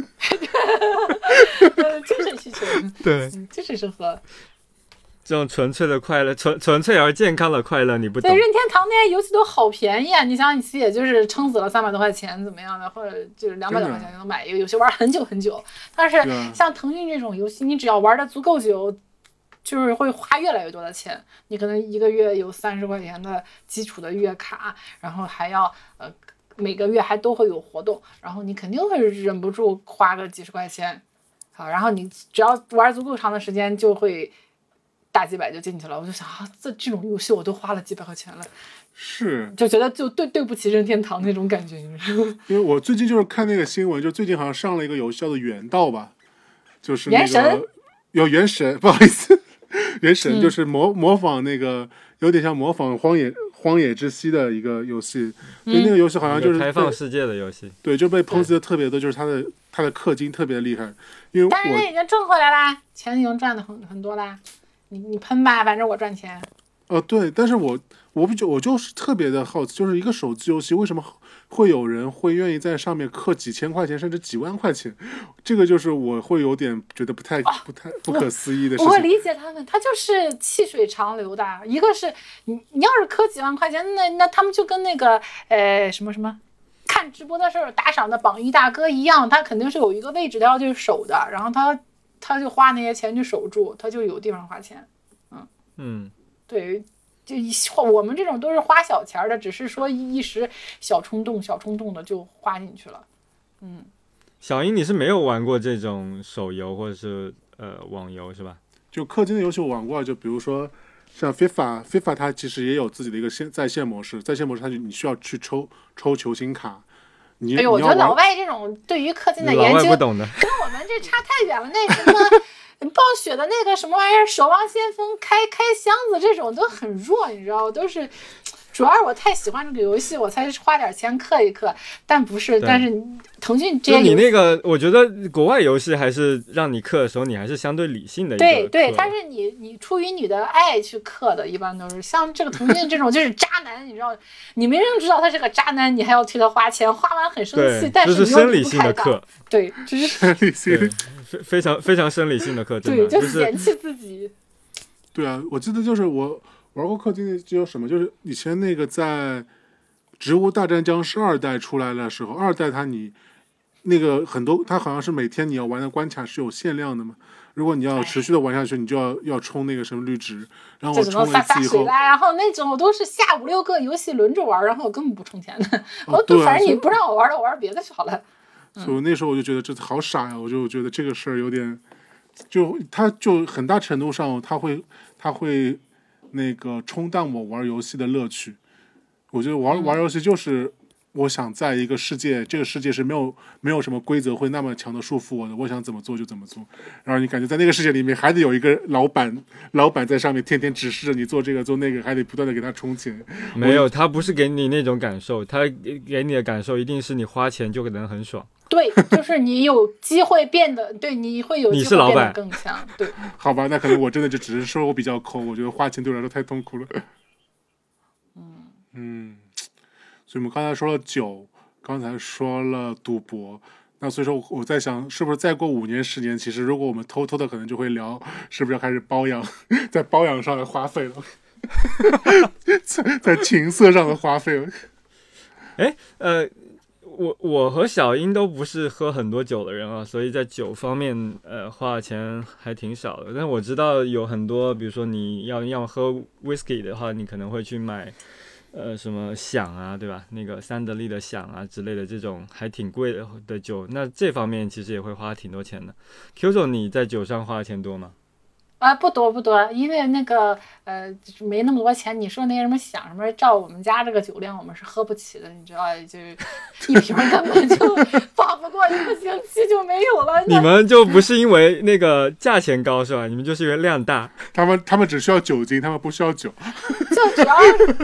精神需求， 对， 精神生活。 这种纯粹的快乐，纯纯粹而健康的快乐，你不懂。 对，任天堂那些游戏都好便宜啊！你想，你其实也就是撑死了三百多块钱，怎么样的，或者就是两百多块钱就能买一个游戏玩很久很久。但是像腾讯这种游戏，你只要玩的足够久，就是会花越来越多的钱。你可能一个月有三十块钱的基础的月卡，然后还要呃每个月还都会有活动，然后你肯定会忍不住花个几十块钱。好，然后你只要玩足够长的时间，就会大几百就进去了。我就想啊，这这种游戏我都花了几百块钱了， 是就觉得就对对不起任天堂那种感觉。 因为我最近就是看那个新闻，就最近好像上了一个游戏叫做《原道》吧，就是那个原神有原神，不好意思，原神就是模、嗯、模仿那个有点像模仿荒野荒野之息的一个游戏，所以那个游戏好像就是开放世界的游戏， 对，就被抨击的特别多，就是它的它的氪金特别厉害，因为但是那已经挣回来啦，钱已经赚的很很多啦，你你喷吧，反正我赚钱。 哦，对，但是我我不就我就是特别的好奇，就是一个手机游戏为什么会有人会愿意在上面氪几千块钱甚至几万块钱，这个就是我会有点觉得不太、哦、不太不可思议的事情。 我, 我理解他们，他就是细水长流的。一个是你你要是氪几万块钱，那那他们就跟那个呃什么什么看直播的时候打赏的榜一大哥一样，他肯定是有一个位置他要去守的，然后他他就花那些钱去守住，他就有地方花钱。嗯嗯， 对。就我们这种都是花小钱的，只是说一时小冲动小冲动的就花进去了。嗯， 小英你是没有玩过这种手游或者是呃网游是吧？ 就氪金的游戏我玩过，就比如说像 FIFA FIFA 它其实也有自己的一个线在线模式，在线模式它就你需要去抽抽球星卡。你哎呦，我觉得老外这种对于氪金的研究不懂的跟我们这差太远了。那什么暴雪的那个什么玩意儿，守望先锋开开箱子这种都很弱，你知道，都是主要是我太喜欢这个游戏，我才花点钱氪一氪，但不是，但是腾讯这些你那个，我觉得国外游戏还是让你氪的时候，你还是相对理性的一个对对，它是你你出于你的爱去氪的，一般都是像这个腾讯这种就是渣男，你知道，你没人知道他是个渣男，你还要替他花钱，花完很生气，但是你又离不开他， 对，这是生理性的， 非非常非常生理性的氪，真的， 对， 就嫌弃自己。 对啊，我记得就是我。玩过氪金的就有什么，就是以前那个在《植物大战僵尸》二代出来的时候，二代它你那个很多，它好像是每天你要玩的关卡是有限量的嘛。如果你要持续的玩下去，你就要要充那个什么绿值。然后我充了一次以后， 然后那种我都是下五六个游戏轮着玩，然后我根本不充钱的。我、哦、反正你不让我玩的，我玩别的就好了。 所以那时候我就觉得这好傻呀，我就觉得这个事儿有点，就它就很大程度上它会它会。那个冲淡我玩游戏的乐趣，我觉得玩玩游戏就是我想在一个世界，这个世界是没有没有什么规则会那么强的束缚我的，我想怎么做就怎么做。然后你感觉在那个世界里面还得有一个老板，老板在上面天天指示着你做这个做那个，还得不断的给他充钱。 没有，他不是给你那种感受，他给你的感受一定是你花钱就可能很爽。 对，就是你有机会变得，对，你会有机会变得更强。对， 好吧，那可能我真的就只是说我比较抠，我觉得花钱对我来说太痛苦了。 嗯嗯，所以我们刚才说了酒，刚才说了赌博，那所以说我在想，是不是再过五年、十年，其实如果我们偷偷的，可能就会聊，是不是要开始包养，在包养上的花费了，在在情色上的花费了。 哎，呃。我我和小英都不是喝很多酒的人啊，所以在酒方面，呃，花的钱还挺少的。但我知道有很多，比如说你要要喝 whisky 的话，你可能会去买，呃，什么响啊，对吧？那个三得利的响啊之类的这种还挺贵的的酒。那这方面其实也会花挺多钱的。Q 总，你在酒上花的钱多吗？ 啊，不多不多，因为那个呃没那么多钱。你说那什么想什么，照我们家这个酒量，我们是喝不起的，你知道，就是一瓶根本就放不过一个星期就没有了。 你们就不是因为那个价钱高是吧？你们就是因为量大。 他们他们只需要酒精，他们不需要酒。 就主要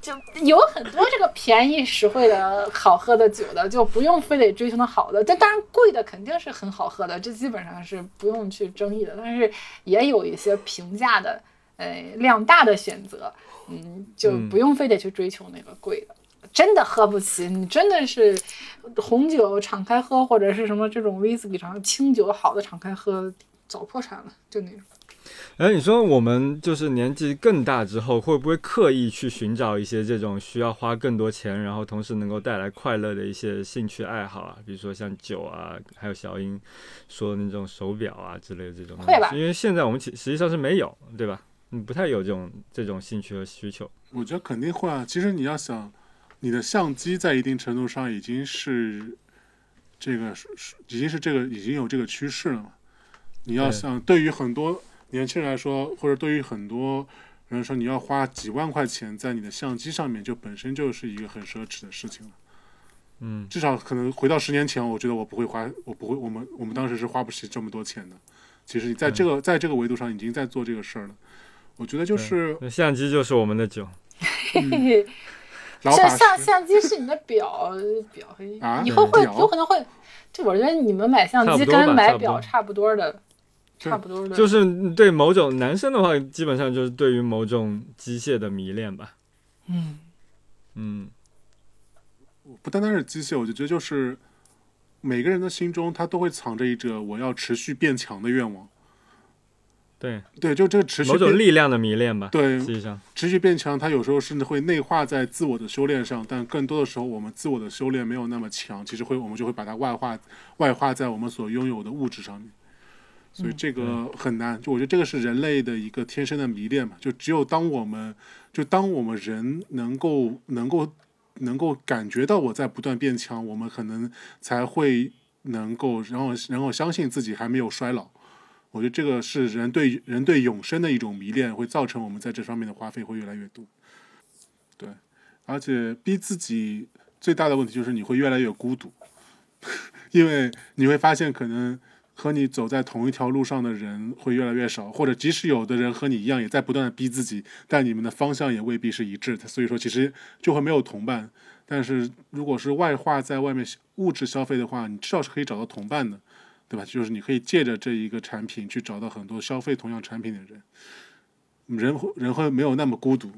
就有很多这个便宜实惠的好喝的酒的，就不用非得追求那好的。但当然贵的肯定是很好喝的，这基本上是不用去争议的。但是也有一些平价的，呃，量大的选择，嗯，就不用非得去追求那个贵的。嗯、真的喝不起，你真的是红酒敞开喝，或者是什么这种威士忌厂清酒好的敞开喝，早破产了，就那种。 哎，你说我们就是年纪更大之后，会不会刻意去寻找一些这种需要花更多钱，然后同时能够带来快乐的一些兴趣爱好啊？比如说像酒啊，还有小英说的那种手表啊之类的这种。 会吧？ 因为现在我们实际上是没有，对吧？嗯，不太有这种这种兴趣和需求。 我觉得肯定会啊。其实你要想，你的相机在一定程度上已经是这个，已经是这个已经有这个趋势了嘛。你要想，对于很多年轻人来说，或者对于很多人说，你要花几万块钱在你的相机上面，就本身就是一个很奢侈的事情了。 嗯， 至少可能回到十年前，我觉得我不会花，我不会，我们我们当时是花不起这么多钱的。其实你在这个在这个维度上已经在做这个事儿了。我觉得就是相机就是我们的酒。 嗯、老法相相机是你的表表， 啊、 以后会有可能会。就我觉得你们买相机跟买表差不多的。差不多的， 就是对某种男生的话，基本上就是对于某种机械的迷恋吧。 嗯嗯， 不单单是机械，我就觉得就是每个人的心中，他都会藏着一个我要持续变强的愿望。 对对，就这个持续某种力量的迷恋吧。 对， 实际上持续变强，它有时候甚至会内化在自我的修炼上，但更多的时候，我们自我的修炼没有那么强，其实会我们就会把它外化外化在我们所拥有的物质上面。所以这个很难，就我觉得这个是人类的一个天生的迷恋嘛。就只有当我们，就当我们人能够能够能够感觉到我在不断变强，我们可能才会能够然后然后相信自己还没有衰老。我觉得这个是人对人对永生的一种迷恋，会造成我们在这方面的花费会越来越多。对，而且逼自己最大的问题就是你会越来越孤独，因为你会发现可能。和你走在同一条路上的人会越来越少，或者即使有的人和你一样也在不断的逼自己，但你们的方向也未必是一致的，所以说其实就会没有同伴。但是如果是外化在外面物质消费的话，你至少是可以找到同伴的，对吧？就是你可以借着这一个产品去找到很多消费同样产品的人，人人会没有那么孤独。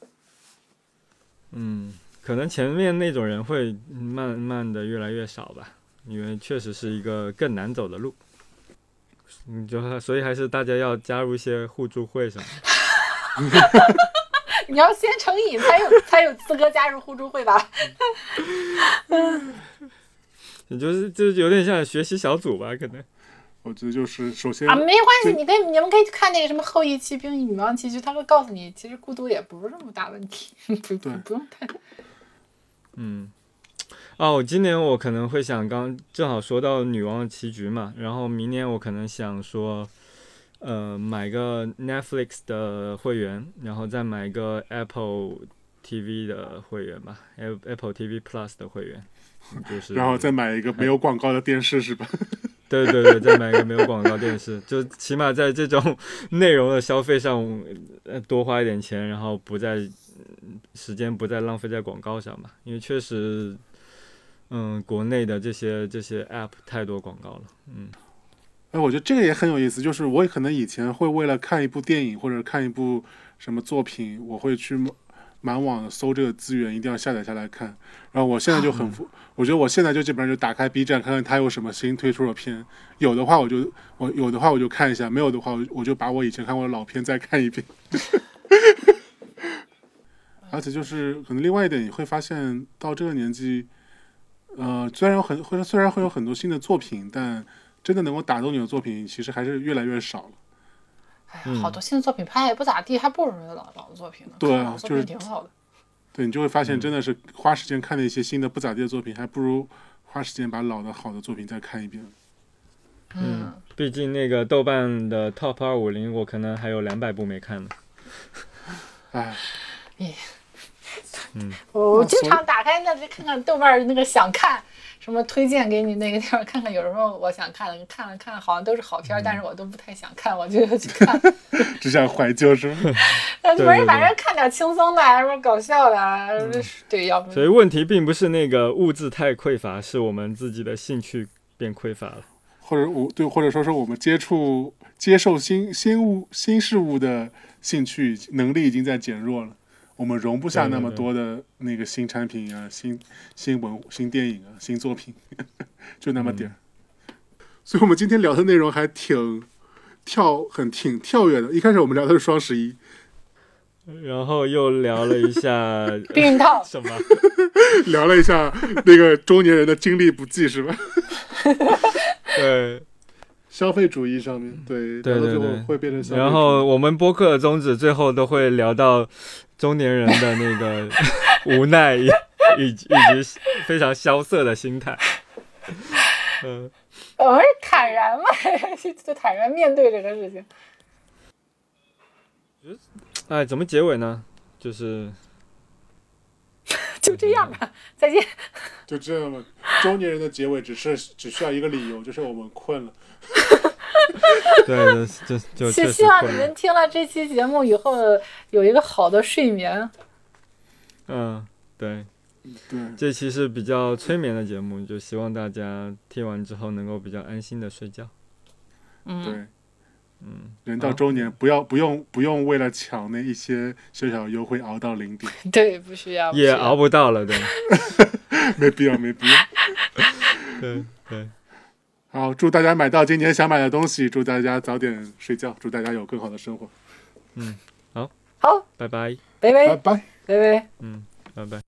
嗯，可能前面那种人会慢慢的越来越少吧，因为确实是一个更难走的路。你就所以还是大家要加入一些互助会什么的。 你要先成瘾才有才有资格加入互助会吧？ 也就是就是有点像学习小组吧，可能。 我觉得就是首先啊，没关系，你跟你们可以看那个什么后羿骑兵与女王棋局，他会告诉你，其实孤独也不是这么大问题，不不不用太。 嗯。哦，我今年我可能会想，刚正好说到女王的棋局嘛，然后明年我可能想说，呃，买个 Netflix 的会员，然后再买个 Apple T V 的会员吧 ，Apple T V Plus 的会员，就是， 然后再买一个没有广告的电视是吧？ 对对对，再买一个没有广告电视，就起码在这种内容的消费上，呃，多花一点钱，然后不再时间不再浪费在广告上吧，因为确实。嗯，国内的这些这些 app 太多广告了，嗯， 哎，我觉得这个也很有意思，就是我可能以前会为了看一部电影或者看一部什么作品，我会去满网搜这个资源，一定要下载下来看。然后我现在就很，嗯、我觉得我现在就基本上就打开 B 站看看它有什么新推出的片，有的话我就我有的话我就看一下，没有的话我就把我以前看过的老片再看一遍。而且就是可能另外一点，你会发现到这个年纪。呃，虽然有很会，虽然会有很多新的作品，但真的能够打动你的作品，其实还是越来越少了。 哎呀，好多新的作品拍也不咋地，还不如老老的作品呢。 对啊， 就是挺好的。 对，你就会发现，真的是花时间看那些新的不咋地的作品，还不如花时间把老的好的作品再看一遍。 嗯，毕竟那个豆瓣的 Top 二五零，我可能还有两百部没看呢。 哎， 嗯， 我经常打开那看看豆瓣那个想看什么推荐给你那个地方看看，有时候我想看的看了看，好像都是好片，嗯、但是我都不太想看，我就去看， 只想怀旧是吗？ 呃，不是，反正看点轻松的，什么搞笑的，嗯、对，要不。 所以问题并不是那个物质太匮乏，是我们自己的兴趣变匮乏了， 或者我对，或者说是我们接触接受新新物新事物的兴趣能力已经在减弱了。我们容不下那么多的那个新产品啊、新新文、新电影啊、新作品，就那么点、嗯、所以，我们今天聊的内容还挺跳，很挺跳跃的。一开始我们聊的是双十一， 然后又聊了一下避孕套什么， 聊了一下那个中年人的精力不济，是吧？ 对。 消费主义上面，对， 对对对， 会变成消费主义。 然后我们播客的宗旨最后都会聊到中年人的那个无奈以以及非常萧瑟的心态。嗯， 我们是坦然嘛，就坦然面对这个事情。 哎，怎么结尾呢？就是就这样吧，再见。 就这样吧，中年人的结尾只是只需要一个理由，就是我们困了。 对，就就就希望你们听了这期节目以后有一个好的睡眠。 嗯，对， 对， 这期是比较催眠的节目，就希望大家听完之后能够比较安心的睡觉。 嗯， 对， 嗯， 人到中年，不要不用不用为了抢那一些小小优惠熬到零点。 对，不需要， 也熬不到了，对， 没必要，没必要。 对对。 好，祝大家买到今年想买的东西，祝大家早点睡觉，祝大家有更好的生活。 嗯，好， 好， 拜拜， 拜拜， 拜拜， 拜拜， 嗯，拜拜。